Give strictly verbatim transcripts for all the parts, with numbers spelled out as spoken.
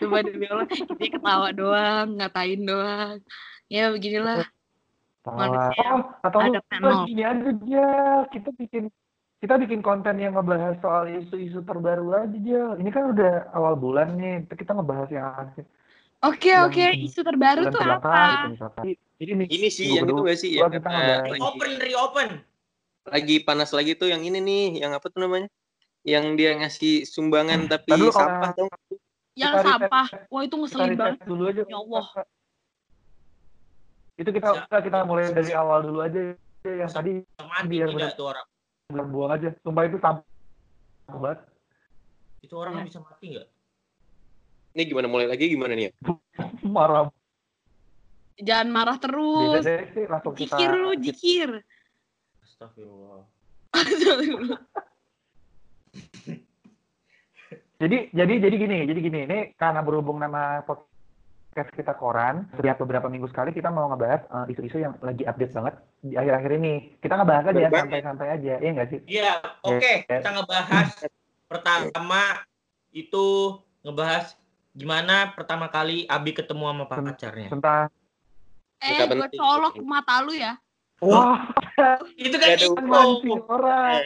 Coba demi Allah, kita ketawa doang, ngatain doang. Ya beginilah manusia Oh, atau lu ada penol. gini aja aja. Kita bikin kita bikin konten yang ngebahas soal isu-isu terbaru aja aja. Ini kan udah awal bulan nih, kita ngebahas yang asik. Oke Yang oke, isu terbaru bulan tuh kebelakang gitu apa? misalkan. Jadi nih, Ini sih minggu yang itu kedua, nggak sih yang kita kata ngebahas lagi, Reopen, reopen. lagi panas lagi tuh yang ini nih, yang apa tuh namanya? Yang dia ngasih sumbangan tapi Tadi dulu kalau sampah tuh. Yang Kita riset- sampah. Wah itu kita ngeselin riset banget. dulu aja. Ya Allah. Itu kita Siap. kita mulai dari awal dulu aja yang tadi Mati biar tidak tuh orang. benar buang aja. Sumpah itu sampah banget. Itu orang Ya. bisa mati nggak? Ini gimana mulai lagi gimana nih ya? Marah. Jangan marah terus. Biasanya sih langsung kita Jikir lu, jikir. Astagfirullah. Jadi jadi jadi gini, jadi gini. Ini karena berhubung nama podcast kita koran, setiap beberapa minggu sekali kita mau ngebahas uh, isu-isu yang lagi update banget di akhir-akhir ini. Kita ngebahas aja Berbang. santai-santai aja, iya nggak sih? Iya, oke. Ya. Kita ngebahas pertama itu ngebahas gimana pertama kali Abi ketemu sama pacarnya. Tentang Eh, Nggak gue penting. colok mata lu ya. wah, Itu kan Aduh. info. mancing orang.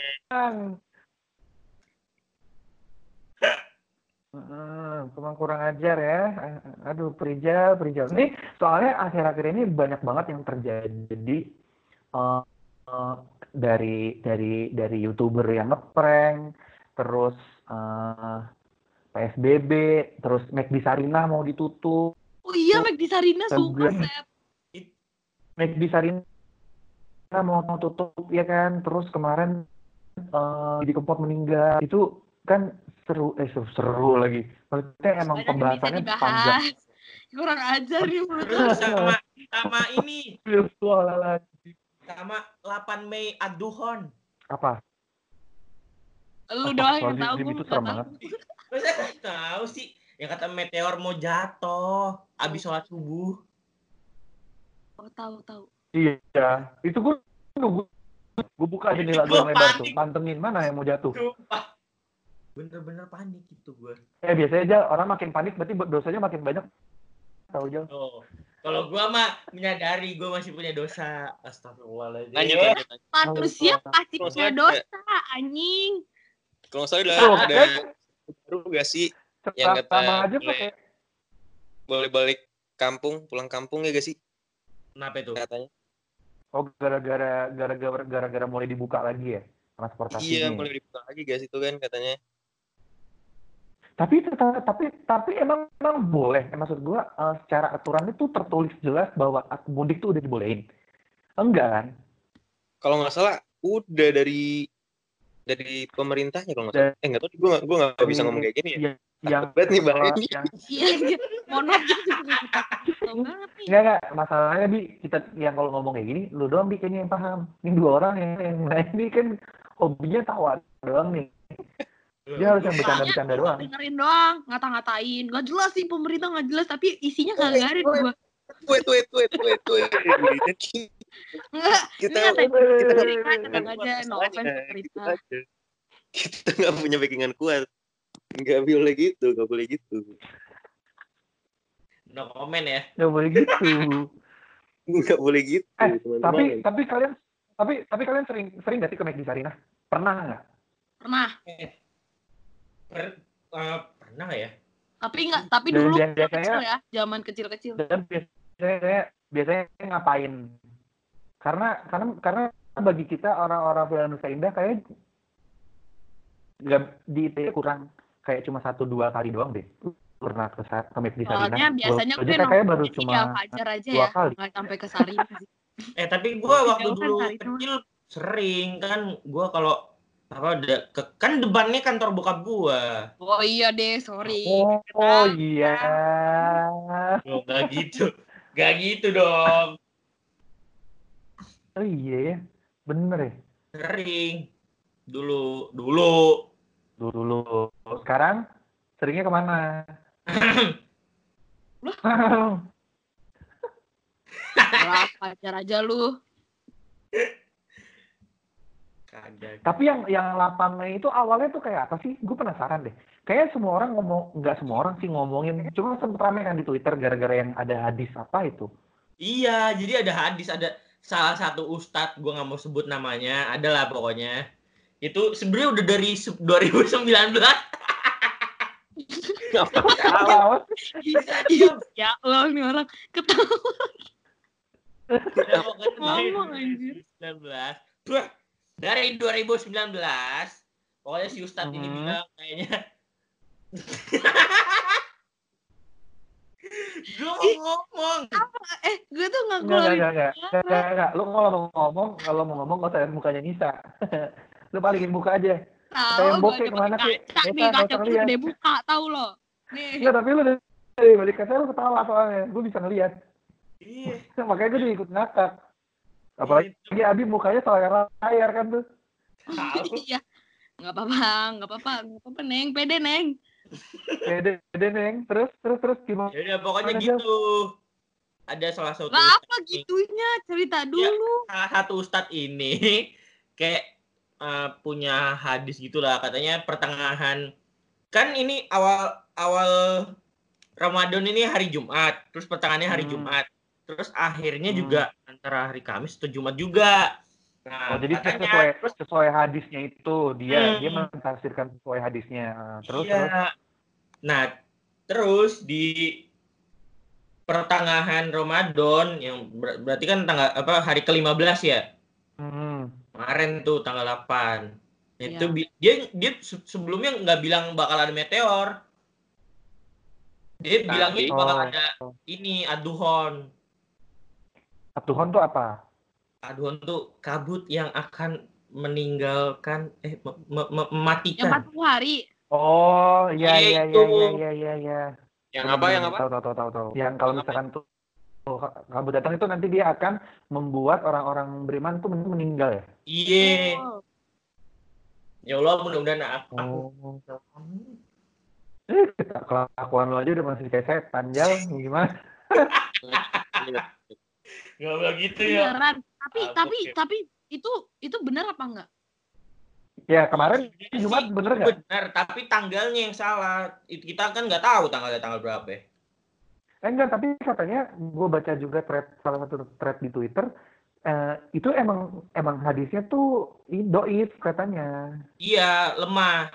Hmm, cuma kurang ajar ya. Aduh, Prijal, Prijal. Ini soalnya akhir-akhir ini banyak banget yang terjadi uh, uh, dari dari dari YouTuber yang ngeprank, terus uh, P S B B, terus McD Sarinah mau ditutup. Oh iya, McD Sarina suka Juga. set. McD Sarinah mau mau tutup ya kan. Terus kemarin uh, Didi Kempot meninggal. Itu kan seru eh seru, seru lagi. Maksudnya emang Banyak yang bisa pembahasannya panjang. dibahas. Kurang ajar nih menurut lu. Terus sama sama ini Virtual lagi. sama delapan Mei Aduhon. Apa? Lu doang yang Soal tahu, Zim gue itu nggak serem tahu. banget. Masa nggak tahu sih yang kata meteor mau jatuh abis sholat subuh. Oh, tahu tahu. Iya, itu gue nunggu, gue buka jendela gue Gua yang lebar tuh, panik. pantengin mana yang mau jatuh. Sumpah. Bener-bener panik gitu gue. Eh biasanya aja orang makin panik, berarti dosanya makin banyak. Tahu aja. Oh, kalau gue mah menyadari gue masih punya dosa. Astagfirullahaladzim. Lanjut lanjut. lanjut. Manusia pasti Kalau punya saya- dosa, anjing. Kalau nggak salah udah Tuh, ada kan? baru gak sih yang Sama kata aja boleh, pakai. boleh balik kampung, pulang kampung ya gak sih Kenapa itu? katanya? Oh gara-gara gara-gara gara-gara mulai dibuka lagi ya transportasinya. Iya, mulai dibuka lagi gak sih itu kan katanya. Tapi tetap- tapi tapi emang emang boleh. Eh, maksud gue eh, secara aturan itu tertulis jelas bahwa mudik tuh udah dibolehin. Enggak kan? Kalau nggak salah udah dari dari pemerintahnya kalau nggak salah. Eh nggak tahu, gue nggak gue nggak bisa ngomong kayak gini ya. Yang yang Takut banget nih Bang. kalau yang Iya, iya. Mohon maaf, gue juga nggak tahu banget nih. enggak enggak masalahnya Bi kita yang kalau ngomong kayak gini lu doang Bi kayaknya yang paham. Ini dua orang yang yang lain Bi kan hobinya tawa doang nih. Dia harus yang bercanda-bercanda doang. Dengerin doang, ngata-ngatain. Gak jelas sih pemerintah gak jelas, tapi isinya kagak ada gua. Wait wait wait wait wait. Enggak, Kita ini ngatain kita- sendiri kan, kita- tenang aja, no offense Masalahnya, pemerintah. gitu aja. Kita nggak punya backingan kuat. Nggak boleh gitu, nggak boleh gitu. No comment ya. Nggak boleh gitu. Nggak boleh gitu. Eh, teman-teman. tapi tapi kalian tapi tapi kalian sering sering nggak sih ke McD Sarinah? Pernah nggak? Pernah, Per, uh, pernah nggak ya? tapi enggak, tapi Dan dulu dia- dia kecil kayak- ya, zaman kecil-kecil. Dan biasanya biasanya ngapain? Karena karena karena bagi kita orang-orang Villa Nusa Indah kayak nggak di I T E kurang kayak cuma satu dua kali doang deh. Pernah ke sa- ke McD Sarinah. Soalnya biasanya Gua gue aja kayak baru nongkrongnya cuma tinggal Fajar aja dua ya, kali. nggak sampai ke Sarinah sih. Eh tapi gue waktu Jauh kan dulu Sarina. kecil sering kan gue kalau apa ada ke, kan depannya kantor bokap gue. Oh iya deh, sorry. Oh, oh iya. Oh, gak gitu, gak gitu dong. Oh iya ya. Bener ya. Sering dulu dulu. Dulu dulu. Sekarang seringnya kemana? Lah, Fajar aja lu. Kagak. Tapi yang yang delapan Mei itu awalnya tuh kayak apa sih? Gue penasaran deh. Kayaknya semua orang ngomong, nggak semua orang sih ngomongin. Cuma sempat rame kan di Twitter gara-gara yang ada hadis apa itu. Iya, jadi ada hadis, ada salah satu ustadz, gue nggak mau sebut namanya, adalah pokoknya. Itu sebenarnya udah dari se- dua ribu sembilan belas. Salah. Ya Allah, nih orang ketawa Udah pokoknya dari ngomong anjir. dua ribu sembilan belas. Duh, dari dua ribu sembilan belas, pokoknya si ustadz ini Mhm. bilang kayaknya gue mau ngomong. Eh, gue tuh nggak Enggak, enggak, keluarin. enggak, enggak, enggak, enggak, enggak. Lu kalau mau ngomong, kalau mau ngomong nggak usah lihat mukanya Nisa. Lu palingin muka aja. Tahu Kayak gue bokeh ada kemana pakai sih? kaca Nisa, nih, nggak kaca usah gue ngeliat. gede buka, tahu lo. Nih. Enggak, tapi lu dari balik kaca lu ketawa soalnya. Gue bisa ngeliat. Iya. Makanya gue juga ikut ngakak. Apalagi Iya, Abi mukanya soal layar kan tuh. tahu. Iya. Nggak apa-apa, nggak apa-apa, nggak apa-apa, Neng. Pede, Neng. Pede, pede neng. Terus, terus, terus gimana? Ya udah pokoknya Mana, gitu. Ada salah satu Lah ustadz apa ini- gitunya? Cerita Ya, dulu. salah satu ustadz ini kayak uh, punya hadis gitulah, katanya pertengahan kan ini awal awal Ramadan ini hari Jumat, terus pertengahannya hari Hmm. Jumat, terus akhirnya Hmm. juga antara hari Kamis atau Jumat juga. Nah, Oh, jadi katanya sesuai terus sesuai hadisnya itu dia Hmm. dia mentafsirkan sesuai hadisnya. Nah, terus iya. terus. Nah, terus di pertengahan Ramadan yang ber- berarti kan tanggal apa hari ke lima belas ya? Hmm. Kemarin tuh tanggal delapan. Itu Iya. bi- dia dia se- sebelumnya nggak bilang bakal ada meteor. Dia Tapi- bilangnya bakal Oh. ada ini aduhon. Tuhan tuh apa? Aduhon tuh kabut yang akan meninggalkan eh me- me- me- Yang mematikan. empat puluh hari. Oh, iya iya Itu. iya iya iya iya iya. Yang Bener, apa, bener, yang bener. apa? Tahu tahu tahu tahu tahu. Yang kalau Yang misalkan tuh tuh kabut datang itu nanti dia akan membuat orang-orang beriman tuh meninggal ya. Iya. Oh. Ya Allah mudah-mudahan aku. Oh. Eh, kelakuan lo aja udah masih kayak setan, Jal. Gimana? Gak begitu ya. Beneran. Tapi Ah, tapi oke. tapi itu itu benar apa enggak? Ya, kemarin Sebenarnya Jumat sih bener nggak? Benar, tapi tanggalnya yang salah. Itu kita kan nggak tahu tanggalnya tanggal berapa. Ya. Eh, enggak, tapi katanya gue baca juga thread salah satu thread di Twitter, eh, itu emang emang hadisnya tuh i- doif katanya. Iya, lemah.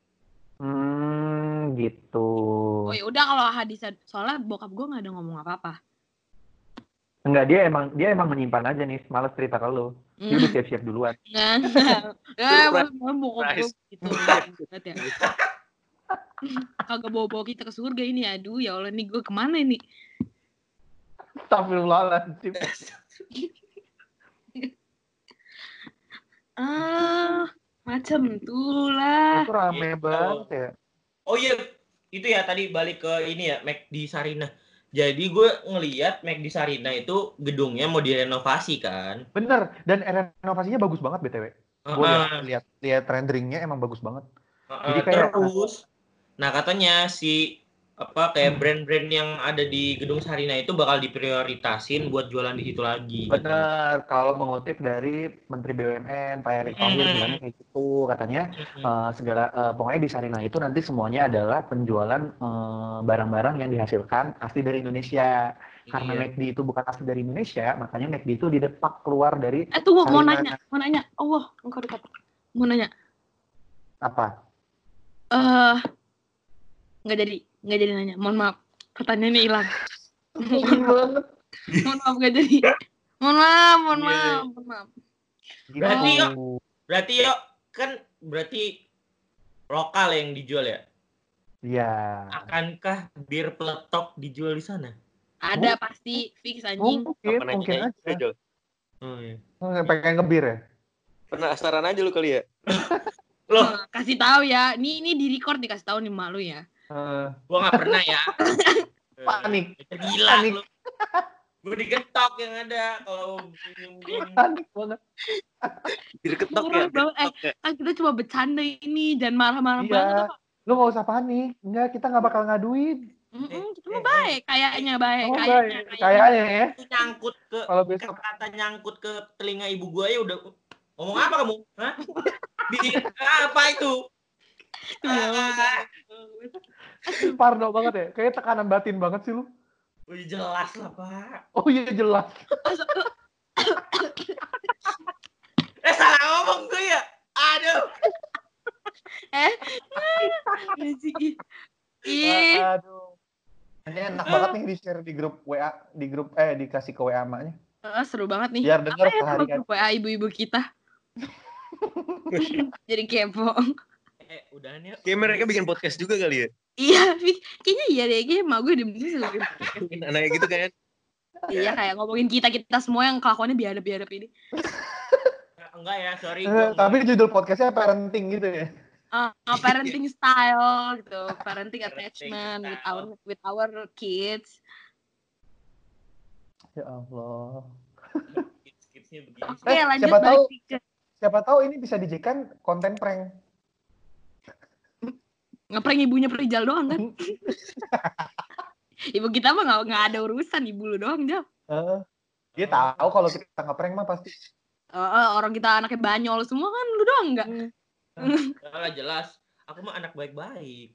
Hmm, gitu. Oh ya udah kalau hadis soalnya bokap gue nggak ada ngomong apa-apa. Enggak, dia emang dia emang menyimpan aja nih, males cerita ke lo. Dia udah siap-siap duluan. Nah, ya Surprise. malah bokap gue Surprise. gitu. Banget ya. Kagak bawa-bawa kita ke surga ini. Aduh ya Allah nih gue kemana nih? Astagfirullahaladzim. Ah, macam itulah. Itu rame Gitu. banget ya. Oh iya, itu ya tadi balik ke ini ya, McD Sarina. Jadi gue ngeliat McD Sarina itu gedungnya mau direnovasi kan. Bener, dan renovasinya bagus banget B T W. Gue Heeh. lihat lihat renderingnya emang bagus banget. Heeh, Jadi kayak- terus, nah katanya si apa kayak brand-brand yang ada di gedung Sarina itu bakal diprioritasin buat jualan di situ lagi. Bener, kalau mengutip dari Menteri B U M N Pak Erick Thohir Hmm. bilangnya kayak gitu, katanya Mm-mm. eh, segala eh, pokoknya di Sarina itu nanti semuanya adalah penjualan eh, barang-barang yang dihasilkan asli dari Indonesia. Karena Iya. McD itu bukan asli dari Indonesia, makanya McD itu didepak keluar dari Eh tunggu mau Sarina. nanya, mau nanya. Allah, engkau dekat. Mau nanya. Apa? Eh nggak jadi, nggak jadi nanya. Mohon maaf. Pertanyaannya hilang. banget. Mohon maaf nggak jadi. Mohon maaf, mohon Iya. maaf, mohon maaf. Berarti Gitu. yuk. Berarti yuk kan berarti lokal yang dijual ya. Iya. Akankah bir peletok dijual di sana? Ada pasti fix anjing. Mungkin, Apa mungkin nanya aja. Jol? Oh, iya. Oh, pengen ngebir ya? Penasaran aja lu kali ya. Loh, Nah, kasih tahu ya. Ini ini di record dikasih tahu nih malu ya. Eh, gua nggak pernah ya. panik. Eh, Gila Panik. lu. Gue digetok yang ada kalau minum-minum. Panik banget. Dirketok ya. Marah banget. Eh, dirketok ya. kan kita cuma bercanda ini, jangan marah-marah Iya. banget apa. Lu gak usah panik. Enggak, kita gak bakal ngaduin. Mm-mm, kita Eh, mah eh, baik, kayaknya baik, Oh, kayaknya, baik. Kayaknya ya. Itu nyangkut ke Kalau besok kata nyangkut ke telinga ibu gue ya udah ngomong apa kamu? Hah? Demi Allah. Parno banget ya. Kayak tekanan batin banget sih lu. Oh iya jelas lah, Pak. Oh iya jelas. Eh salah ngomong gue ya. Aduh. Eh. Ih. Ih. Aduh. Ini enak banget nih di-share di grup W A, di grup eh dikasih ke W A emaknya. Uh, seru banget nih. Biar denger Apa ya sehari kan. W A ibu-ibu kita. Jadi kepo. Eh udahan ya. Kayak mereka bikin podcast juga kali ya. Iya, kayaknya iya deh. Kayaknya emak gue di sini selalu Anaknya gitu kan. Iya, kayak ngomongin kita-kita semua yang kelakuannya biadab-biadab ini. Enggak ya, sorry. Eh, tapi judul podcastnya parenting gitu ya. Uh, parenting style gitu, parenting Parenting attachment with style. our with our kids. Ya Allah. Kids-kidsnya begini. Oke, Eh, lanjut siapa balik tahu- ke Siapa tahu ini bisa dijadikan konten prank. ngeprank ibunya Perijal doang kan? Ibu kita mah nggak nggak ada urusan, ibu lu doang Jal. Eh, dia tahu kalau kita ngeprank mah pasti. Uh, uh, orang kita anaknya banyol semua kan, lu doang nggak? Salah jelas. Aku mah anak baik-baik.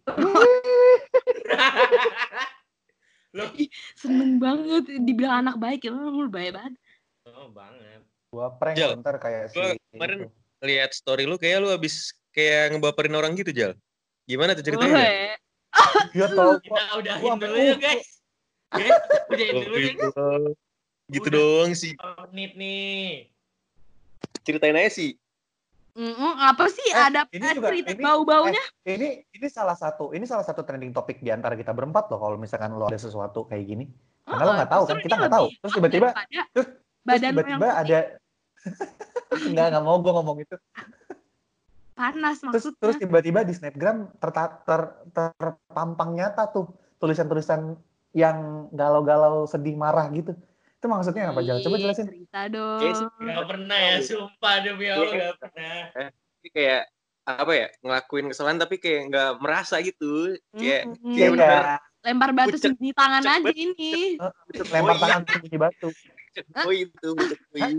Loh, Seneng banget dibilang anak baik ya, lu baik banget. oh banget. Gua prank Jal, ntar kayak gua si kemarin- itu. Lihat story lu kayak lu abis kayak ngebaperin orang gitu, Jal. Gimana tuh ceritanya? Weh. Dia tahu Kita kok. udahin Gua dulu sampai- ya guys. Guys, udahin Oh, dulu ya gitu. guys. Gitu Udah. doang sih. Menit nih. Ceritain aja sih. Mm-mm, apa sih Eh, ada ini juga- cerita ini- bau-baunya? Ini ini salah satu ini salah satu trending topik di antara kita berempat loh kalau misalkan lo ada sesuatu kayak gini. Karena lo Oh, nggak tahu justru kan, ini kita nggak tahu. lebih Terus hot tiba-tiba daripada terus- Terus badan lu yang tiba-tiba putih. ada nggak nggak mau gue ngomong itu. Panas Terus maksudnya. terus tiba-tiba di snapgram terta- ter- terpampang nyata tuh tulisan-tulisan yang galau-galau sedih marah gitu. Itu maksudnya apa? Jal? Coba Ih, jelasin. cerita dong. Yes. Gak pernah ya, sumpah demi Allah gak pernah. Tapi kayak apa ya, ngelakuin kesalahan tapi kayak nggak merasa gitu. Kayak Mm-mm. kayak bener Iya, Lempar batu Pucet. sembunyi tangan Pucet aja banget. ini. lempar Oh, iya. tangan sembunyi batu. oh itu, betul.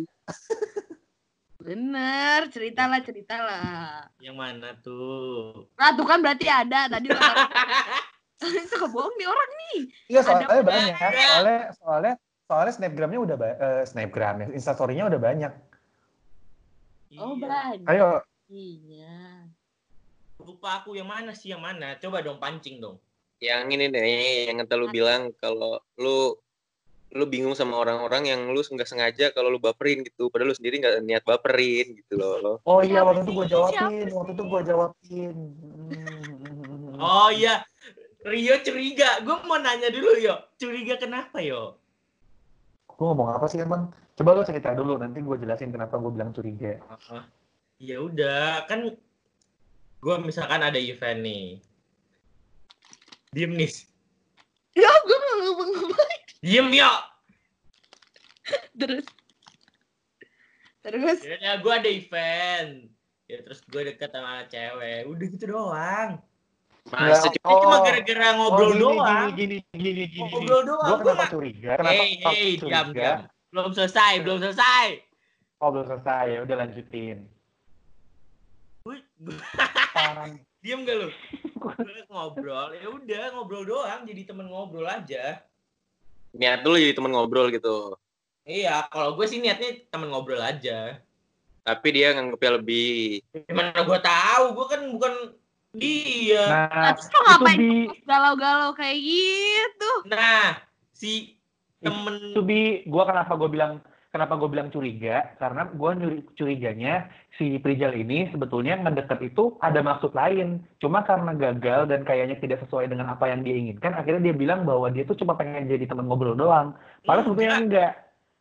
Bener, ceritalah, ceritalah. Yang mana tuh? Nah, tuh kan berarti ada tadi. Suka bohong nih orang nih. Iya, Ada soalnya banyak. banyak. Soalnya soalnya soalnya snapgramnya udah ba- eh, snapgramnya, instastorynya udah banyak. Oh, Iya. banyak. Ayo, Iya. Lupa aku yang mana sih, yang mana? Coba dong pancing dong. Yang ini nih, yang kata lu bilang kalau lu lu bingung sama orang-orang yang lu nggak sengaja kalau lu baperin gitu, padahal lu sendiri nggak niat baperin gitu loh. oh iya Siapa waktu itu sih? gue Siapa jawabin, sih? waktu itu gue jawabin. Hmm. Oh iya, Rio curiga. Gue mau nanya dulu yo. Curiga kenapa yo? Gue ngomong apa sih emang? Coba lu cerita dulu, nanti gue jelasin kenapa gue bilang curiga. Ya udah, kan gue misalkan ada event nih. Diem nih. Ya, gue nggak ngomong-ngomong. Diem yo. Terus. Terus. Ya gue ada event. Ya terus gue deket sama cewek. Udah gitu doang. Masa Nggak, Ini cuma gara-gara ngobrol oh, gini, doang. Gini, gini, gini, gini. Ngobrol doang. Gue Gua kenapa nggak- curiga? Kenapa Hei, kenapa hei, curiga? diam, diam. Belum selesai, belum selesai. Oh, belum selesai, ya udah lanjutin. Gue- gue- Parang. Diam gak lu? Gue ngobrol, ya udah ngobrol doang, jadi temen ngobrol aja. niat dulu jadi temen ngobrol gitu. Iya, kalau gue sih niatnya temen ngobrol aja. Tapi dia nganggepnya lebih. Gimana gue tahu? Gue kan bukan dia. Nah, Nah, terus lo ngapain itu bi, galau-galau kayak gitu? Nah, si temen itu bi, gue kenapa gue bilang kenapa gue bilang curiga? Karena gue nyuri curiganya si Prijal ini sebetulnya ngedeket itu ada maksud lain. Cuma karena gagal dan kayaknya tidak sesuai dengan apa yang dia inginkan, akhirnya dia bilang bahwa dia tuh cuma pengen jadi teman ngobrol doang. Padahal sebetulnya enggak.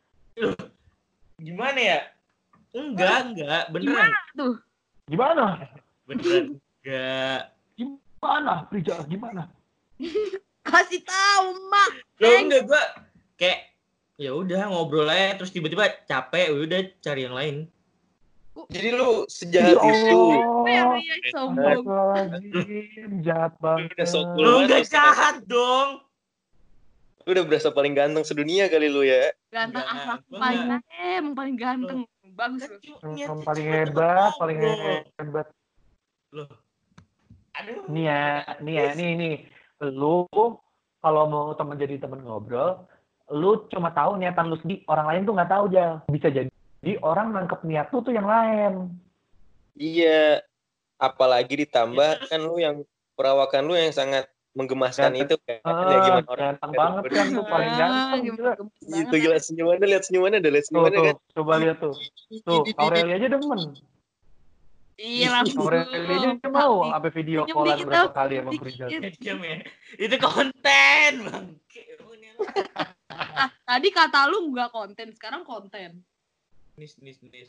gimana ya? Enggak, enggak, beneran. Gimana tuh? Gimana? Beneran enggak. Gimana, Prijal? Gimana? Kasih tahu, Mak. Loh, enggak, gue kayak ya udah ngobrol aja terus tiba-tiba capek, udah cari yang lain. Jadi lu sejahat Ya itu. Apa yang Ria sombong? Astagfirullahaladzim, jahat banget. Udah sok Lu Lu enggak masuk. jahat dong. Lu udah berasa paling ganteng sedunia kali lu ya. Ganteng Enggak, akhlak gua paling enggak. eh, emang paling ganteng. Bagus Kan loh. cu- niatnya Yang paling cuma temen hebat, paling ngobrol. hebat. Loh. Aduh. Nih ya, nih ya, nih nih. Lu kalau mau temen jadi temen ngobrol, lu cuma tahu niatan lu sendiri, orang lain tuh nggak tahu Jal. Bisa jadi orang nangkep niat lu tuh yang lain. Iya, apalagi ditambah Ya, kan lu yang perawakan lu yang sangat menggemaskan Ganteng, itu kan. Ya eh, gimana orang ganteng lihat banget lu kan tuh, paling Ah, ganteng gila. gemes itu banget. gila senyumannya, lihat senyumannya, ada lihat Tuh senyumannya tuh, kan. coba lihat tuh. Tuh, Aureli aja demen. Iya langsung. Aureli aja mau Di- sampai video Senyum callan dikit berapa tau, kali senyum sama Frizal. dikit. diam ya. Itu konten, Bang. Ah, tadi kata lu nggak konten, sekarang konten. Nis, nis, nis.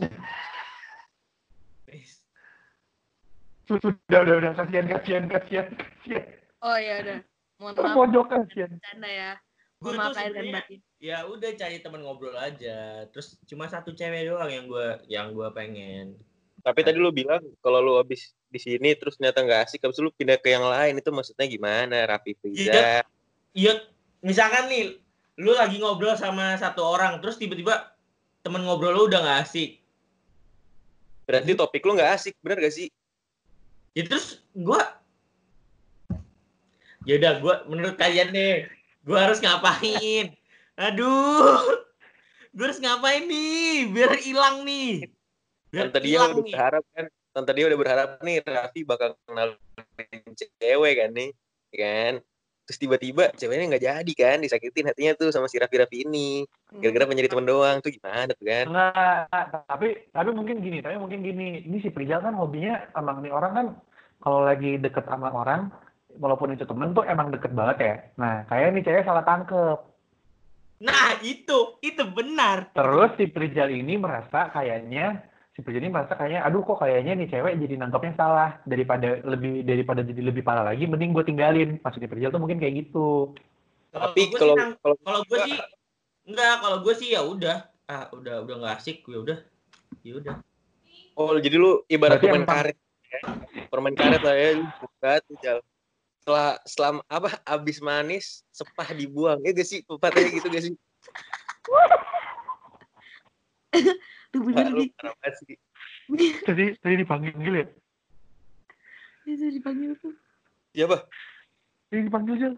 Nis. Sudah, udah, udah, kasihan, kasihan, kasihan, kasihan. Oh iya udah. Mohon maaf. Terpojok kasihan. Bercanda ya. Gue Mohon maaf tuh lahir dan sebenarnya batin. ya udah cari teman ngobrol aja. Terus cuma satu cewek doang yang gue yang gue pengen. Tapi tadi lu bilang kalau lu habis di sini terus ternyata nggak asik, habis itu lu pindah ke yang lain, itu maksudnya gimana, Raffi Priza? Iya, iya. Misalkan nih, lu lagi ngobrol sama satu orang, terus tiba-tiba temen ngobrol lu udah nggak asik. Berarti topik lu nggak asik, bener gak sih? Ya terus gue, ya udah gue menurut kalian deh, gue harus ngapain? Aduh, gue harus ngapain nih biar hilang nih? Biar Tante dia hilang udah nih. berharap kan, Tante dia udah berharap nih Raffi bakal kenalin cewek kan nih, ya kan? Terus tiba-tiba ceweknya nggak jadi kan, disakitin hatinya tuh sama si Raffi-Raffi ini, gara-gara menjadi teman doang tuh gimana tuh kan? Enggak, tapi tapi mungkin gini, tapi mungkin gini. Ini si Prijal kan hobinya emang nih orang kan kalau lagi deket sama orang, walaupun itu temen tuh emang deket banget ya. Nah, kayak nih cewek salah tangkep. Nah itu, itu benar. Terus si Prijal ini merasa kayaknya, si Prijal ini merasa kayaknya, aduh kok kayaknya nih cewek jadi nangkepnya salah. Daripada lebih daripada jadi lebih parah lagi, mending gue tinggalin. Maksudnya Prijal tuh mungkin kayak gitu. Tapi gue kalau sih, nang- kalau kalau gue sih enggak, kalau gue sih ya udah, ah udah udah nggak asik, ya udah, ya udah. oh jadi lu ibarat Berarti pemain emang- karet, ya? Permain karet lah ya, lu buka tuh Jal. Setelah setelah apa abis manis sepah dibuang, ya gak sih pepatahnya gitu gak sih? Tuh Wah, bener lu sih. parah banget sih. Tadi tadi dipanggil ya? Itu dipanggil tuh. Siapa? Tadi dipanggil Jal.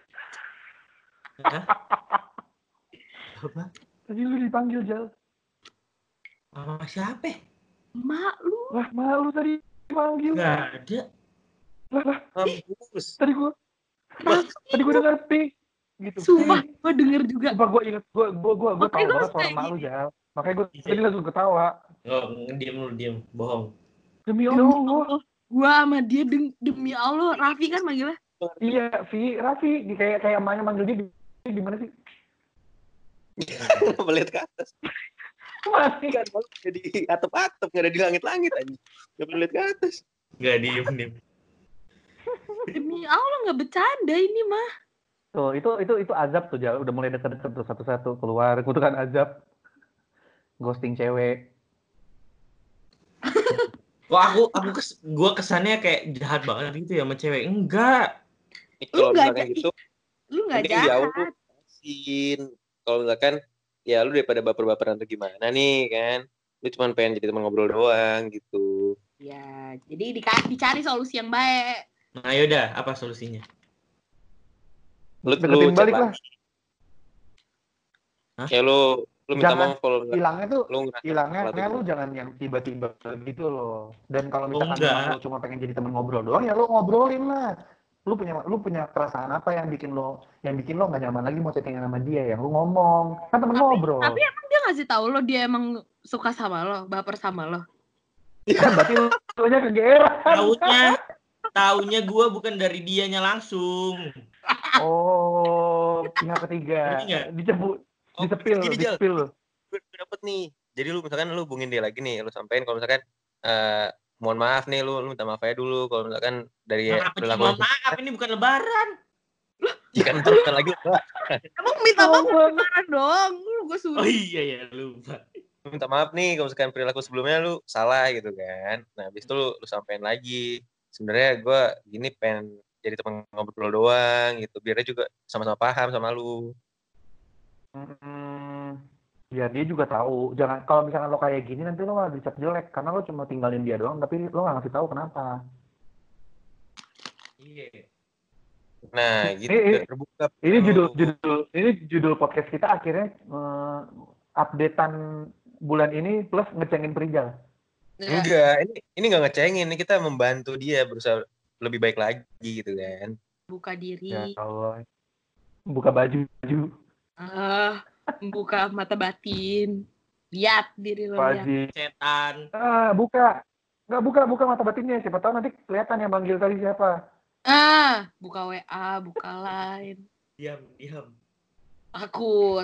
Hah? Apa? Tadi lu dipanggil Jal. Sama siapa? Mak lu. Lah, malu tadi dipanggil. Nggak ada. Lah, lah, Mampus. tadi gua tadi gua udah ngerti gitu. Sumpah, gue denger juga. Sumpah gue inget, gue gue gue gue Makanya tahu gua banget suara kayak malu gini. Jal. Makanya gue Iya. tadi langsung ketawa. Oh, diam lu, diam, bohong. Demi Demi Allah. Allah. Gua sama dia deng- demi Allah. Raffi kan manggilnya. Iya, Vi, Raffi, di kayak kayak emaknya manggil dia di- gimana sih? Melihat ke atas. Masih Kan malu jadi atap-atap, nggak ada di langit-langit aja. Nggak perlu lihat ke atas. Nggak, diam, diam. Demi Allah nggak bercanda ini mah. tuh, itu itu itu azab tuh Jal, udah mulai deket-deket tuh satu-satu keluar, kutukan azab. Ghosting cewek. Wah, aku aku kes, gua kesannya kayak jahat banget gitu ya sama cewek. Enggak. Nih, Lu kalau nggak misalkan jadi- gitu, Lu nggak mending jauh jahat. tuh asin. Kalau misalkan ya lu daripada baper-baperan tuh gimana nih kan? Lu cuma pengen jadi teman ngobrol doang gitu. Ya, jadi dika- dicari solusi yang baik. Nah, yaudah, apa solusinya? Lu Deketin lu balik chat lah. lagi. Hah? Ya lu lu minta Jangan maaf kalau misalkan Hilangnya tuh lu ngerasa hilangnya sesuatu nah, lu gitu. jangan yang tiba-tiba gitu loh. Dan kalau Oh, misalkan enggak. memang lu cuma pengen jadi teman ngobrol doang, ya lu ngobrolin lah. Lu punya lu punya perasaan apa yang bikin lo yang bikin lo nggak nyaman lagi mau chattingan sama dia, yang lu ngomong kan temen Tapi- ngobrol. Tapi emang dia ngasih tahu lo dia emang suka sama lo, baper sama lo. Kan berarti lu nya kegeeran. Taunya, taunya gua bukan dari dianya langsung. Oh, pihak ketiga. Ngerti nggak? Dicebut, Oh, disepil, gini, Jal. disepil. Gue gue dapet nih. Jadi lu misalkan lu hubungin dia lagi nih, lu sampein kalau misalkan eh mohon maaf nih, lu lu minta maaf aja dulu kalau misalkan dari Kenapa sih? perilaku Mohon maaf, ini bukan lebaran. ya kan ntar bentar lagi lu Emang minta maaf gimana dong? Lu gue Oh suruh. iya ya, lupa. lu minta maaf nih kalau misalkan perilaku sebelumnya lu salah gitu kan. Nah, habis itu lu, lu sampein lagi. Sebenarnya gue gini pengen jadi teman ngobrol doang gitu. Biar dia juga sama-sama paham sama lu. Hmm, biar dia juga tahu. Jangan kalau misalkan lo kayak gini nanti lo malah dicap jelek karena lo cuma tinggalin dia doang tapi lo nggak ngasih tahu kenapa. Iya. Nah, gitu Ini- terbuka. Ini Kalau- judul judul ini judul podcast kita akhirnya eh, updatean bulan ini plus ngecengin Perijal. Ya, Enggak, ini ini enggak ngecengin, ini kita membantu dia berusaha lebih baik lagi gitu kan. buka diri, Ya Allah. Buka baju baju. eh, membuka mata batin, lihat diri lo lihat. Wajib. Setan. Ah, buka. Nggak buka, buka mata batinnya. Siapa tahu nanti kelihatan yang manggil tadi siapa. Ah, buka W A, buka Line. Diam, diam. Takut.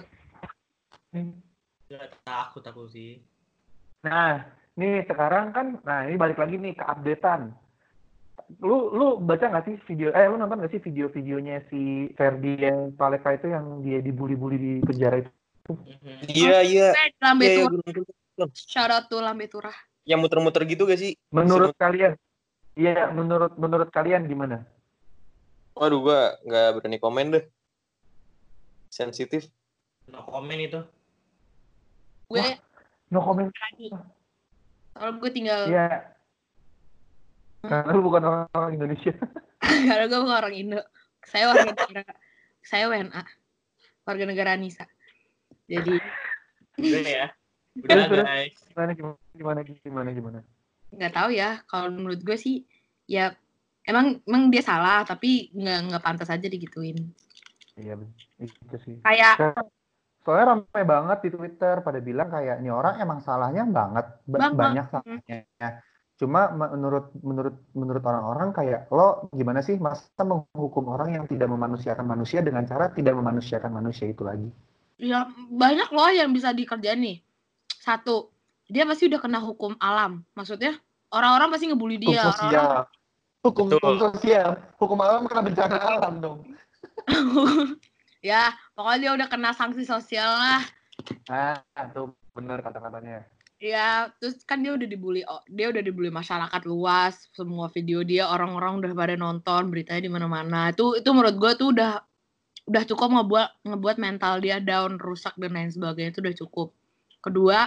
Gak takut aku sih. Nah, nih sekarang kan, nah ini balik lagi nih ke updatean. Lu lu baca nggak sih video, eh lu nonton nggak sih video-videonya si Ferdian Paleka itu yang dia dibully-bully di penjara itu? Mhm. Iya, iya. Lambe Iya, iya, Turah. gua nonton. Shout out to Lambe Turah. Yang muter-muter gitu gak sih? Menurut kalian, iya menurut menurut kalian gimana? Waduh, gua nggak berani komen deh. Sensitif. No comment itu. Gue Wah. No comment. berani. Kalau gue tinggal, Iya. Karena lu bukan orang Indonesia. karena gue bukan orang Indo. Saya warga negara, saya W N A, warga negara Nisa. Jadi Udah ya. Udah Terus, terus. guys. Gimana gimana gimana gimana? nggak tahu ya. Kalau menurut gue sih, ya emang emang dia salah, tapi nggak nggak pantas aja digituin. Iya, itu sih. Kayak Soalnya ramai banget di Twitter pada bilang kayak ini orang emang salahnya banget, ba- Banget. banyak salahnya. Cuma menurut menurut menurut orang-orang kayak lo gimana sih masa menghukum orang yang tidak memanusiakan manusia dengan cara tidak memanusiakan manusia itu lagi? ya banyak loh yang bisa dikerjain nih. Satu, dia pasti udah kena hukum alam. Maksudnya orang-orang pasti ngebully Hukum dia. sosial, hukum Betul. hukum sosial, hukum alam kena bencana alam dong. Orang-orang ya pokoknya dia udah kena sanksi sosial lah. Ah, itu benar kata-katanya. Ya, terus kan dia udah dibully, oh, dia udah dibully masyarakat luas, semua video dia orang-orang udah pada nonton, beritanya di mana-mana. Itu itu menurut gue tuh udah udah cukup ngebuat ngebuat mental dia down, rusak dan lain sebagainya, itu udah cukup. Kedua,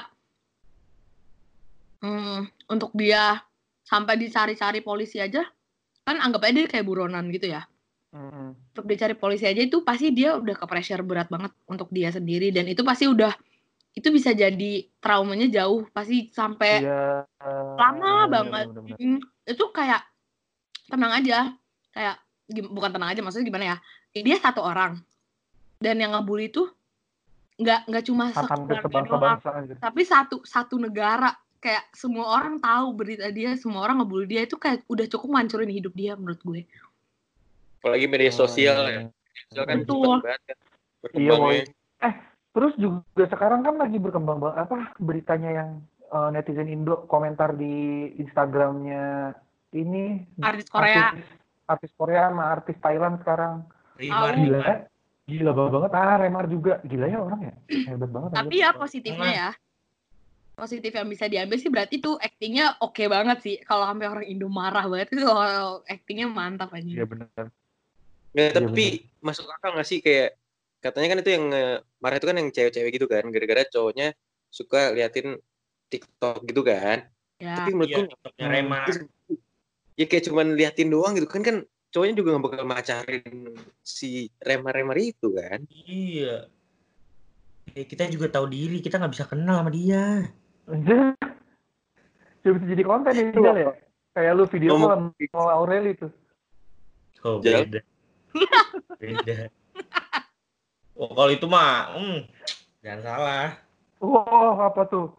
hmm, untuk dia sampai dicari-cari polisi aja, kan anggap aja dia kayak buronan gitu ya. Mm-mm. Untuk dicari polisi aja itu pasti dia udah ke pressure berat banget untuk dia sendiri, dan itu pasti udah itu bisa jadi traumanya jauh, pasti sampai Iya. lama benar, banget. benar, benar. Hmm, itu kayak tenang aja, kayak gim- bukan tenang aja, maksudnya gimana ya, dia satu orang dan yang ngebully itu nggak nggak cuma Hampir sekeluarga doang, sebangsa-bangsa gitu. tapi satu satu negara, kayak semua orang tahu berita dia, semua orang ngebully dia, itu kayak udah cukup ngancurin hidup dia menurut gue. Apalagi media Oh, sosial iya. ya. Sosial kan Betul. cepat banget kan Iya, berkembangnya. woy. Eh, terus juga sekarang kan lagi berkembang banget apa beritanya yang eh, netizen Indo komentar di Instagramnya ini Artis Korea. artis, artis Korea sama artis Thailand sekarang. Rimar, Tahu. Gila, Rimar. gila banget. Ah, Remar juga. Gila ya orang ya. Hebat banget. Tapi anjir. ya positifnya ya, positif yang bisa diambil sih berarti tuh actingnya oke banget sih. Kalau sampai orang Indo marah banget itu oh, actingnya mantap aja. Iya benar. Nggak, Iya, tapi masuk akal nggak sih kayak katanya kan itu yang eh, marah itu kan yang cewek-cewek gitu kan, gara-gara cowoknya suka liatin TikTok gitu kan. Ya. Tapi menurutku Iya, TikToknya Remar. ya kayak cuman liatin doang gitu kan, kan cowoknya juga nggak bakal macarin si Remar-Remar itu kan. Iya. Eh, kita juga tahu diri, kita nggak bisa kenal sama dia. Anjir. Dia bisa jadi konten ya, Jal, ya. Kayak lu video Ngomong- call sama Aureli tuh. Oh, Jal. beda. Beda. Oh, kalau itu mah, hmm, jangan salah. Wah, apa tuh?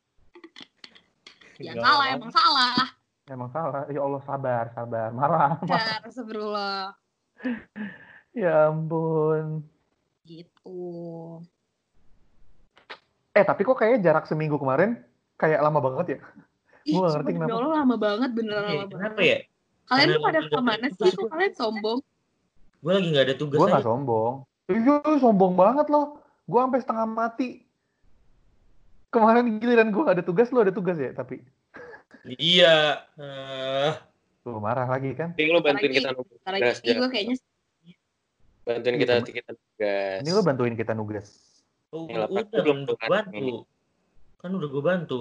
Ya Nggak salah, mau. emang salah. Emang salah. Ya Allah, sabar, sabar. Marah. Ya, astagfirullah. Ya ampun. Gitu. Eh, tapi kok kayaknya jarak seminggu kemarin kayak lama banget ya? Ih, Gua nggak ngerti sumpah, kenapa. demi Allah lama banget, beneran Eh, lama kenapa banget. ya? Kalian Karena tuh pada lagi nggak kemana ada sih? tugas, Kok kalian sombong? Gue lagi nggak ada tugas Gue aja. nggak sombong. Iya, sombong banget loh. Gue sampai setengah mati. Kemarin giliran gue ada tugas, lo ada tugas ya? Tapi Iya. eh lu marah lagi kan? Tapi lo bantuin Apalagi- kita nugas, Apalagi Jal. gue kayaknya Bantuin Iya, kita temen. kita nugas. Ini lo bantuin kita nugas. oh, Yang lapan udah belum kan udah tuh, bantu. Kan udah gue bantu.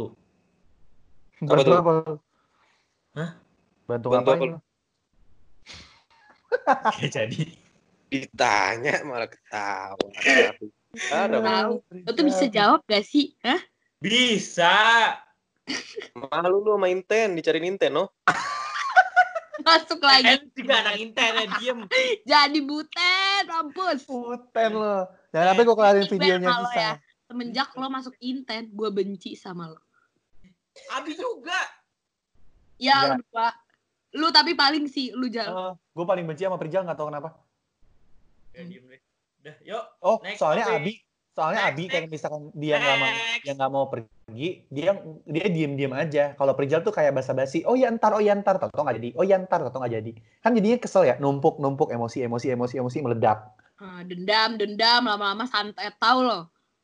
Apa Bantu tuh? apa? Hah? Bantu Bantu ngapain apa? lo? Gak jadi. Ditanya malah ketawa. Ada Tahu. Lo tuh bisa jawab gak sih? Hah? Bisa. malu lu main ten, dicariin Inten, no? Masuk lagi. Kan juga anak internet diem. Jadi butet, mampus. Uten lo. Jangan sampai gue kelarin videonya Halo bisa. ya. Semenjak lo masuk Inten, gue benci sama lo. Abi juga. Ya, Enggak. lu dua. Lu tapi paling sih, lu jalan. Uh, gue paling benci sama Prijal, nggak tahu kenapa. Ya diem deh. Udah, yuk. Oh, Next soalnya topic. Abi, soalnya Next, Abi next. kalau misalkan dia nggak mau, Next. dia nggak mau pergi, dia dia diem-diem aja. Kalau Prijal tuh kayak basa-basi. Oh ya ntar, oh ya ntar, toto nggak jadi. Oh ya ntar, toto nggak jadi. Kan jadinya kesel ya, numpuk, numpuk, emosi, emosi, emosi, emosi meledak. Ah, dendam, dendam, lama-lama santet, tahu lo.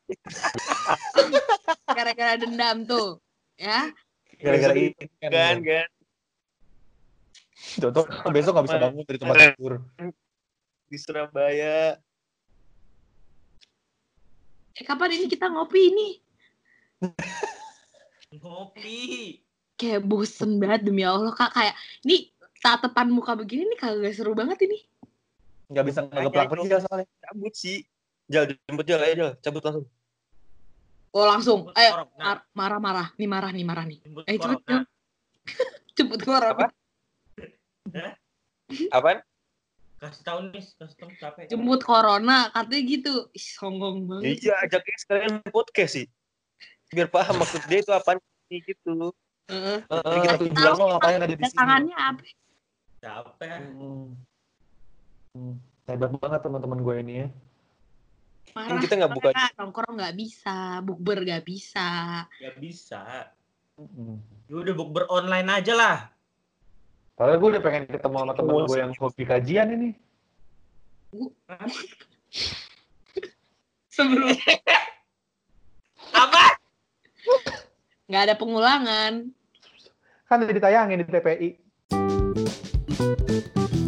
Gara-gara dendam tuh, ya. Gara-gara ini Kan, kan. Toto besok nggak bisa bangun dari tempat tidur. Di Surabaya. Eh, kapan ini kita ngopi ini? Ngopi. Kayak bosen banget demi Allah, Kak. Kayak, ini tatapan muka begini nih kagak seru banget ini. Nggak bisa ngegeplak Prijal soalnya. Cabut sih. Jal, jemput Jal aja, Jal. Cabut langsung. Oh, langsung. Jemput Ayo, corona. mar- marah-marah. Nih marah nih, marah nih. Jemput Eh, cepet, corona. cepet keluar. Apa? Apaan? Kasih tahu nih, kasih tahu capek. Jemput corona, katanya gitu. Ih, songong banget. Iya, ajaknya sekalian podcast sih. Biar paham maksud dia itu apaan sih gitu. Heeh. Jadi Heeh. kita tuh bilang lo ngapain ada di Ada sini. tangannya apa? Capek. Hmm. Hmm. Hebat banget teman-teman gue ini ya. Marah. Kita nggak buka. Marah. Nongkrong nggak bisa, bukber nggak bisa. Gak bisa. Hmm. Ya udah bukber online aja lah. Padahal gue udah pengen ketemu sama temen gue yang hobi kajian ini. Sebelum Apa? nggak ada pengulangan. Kan udah ditayangin di T P I.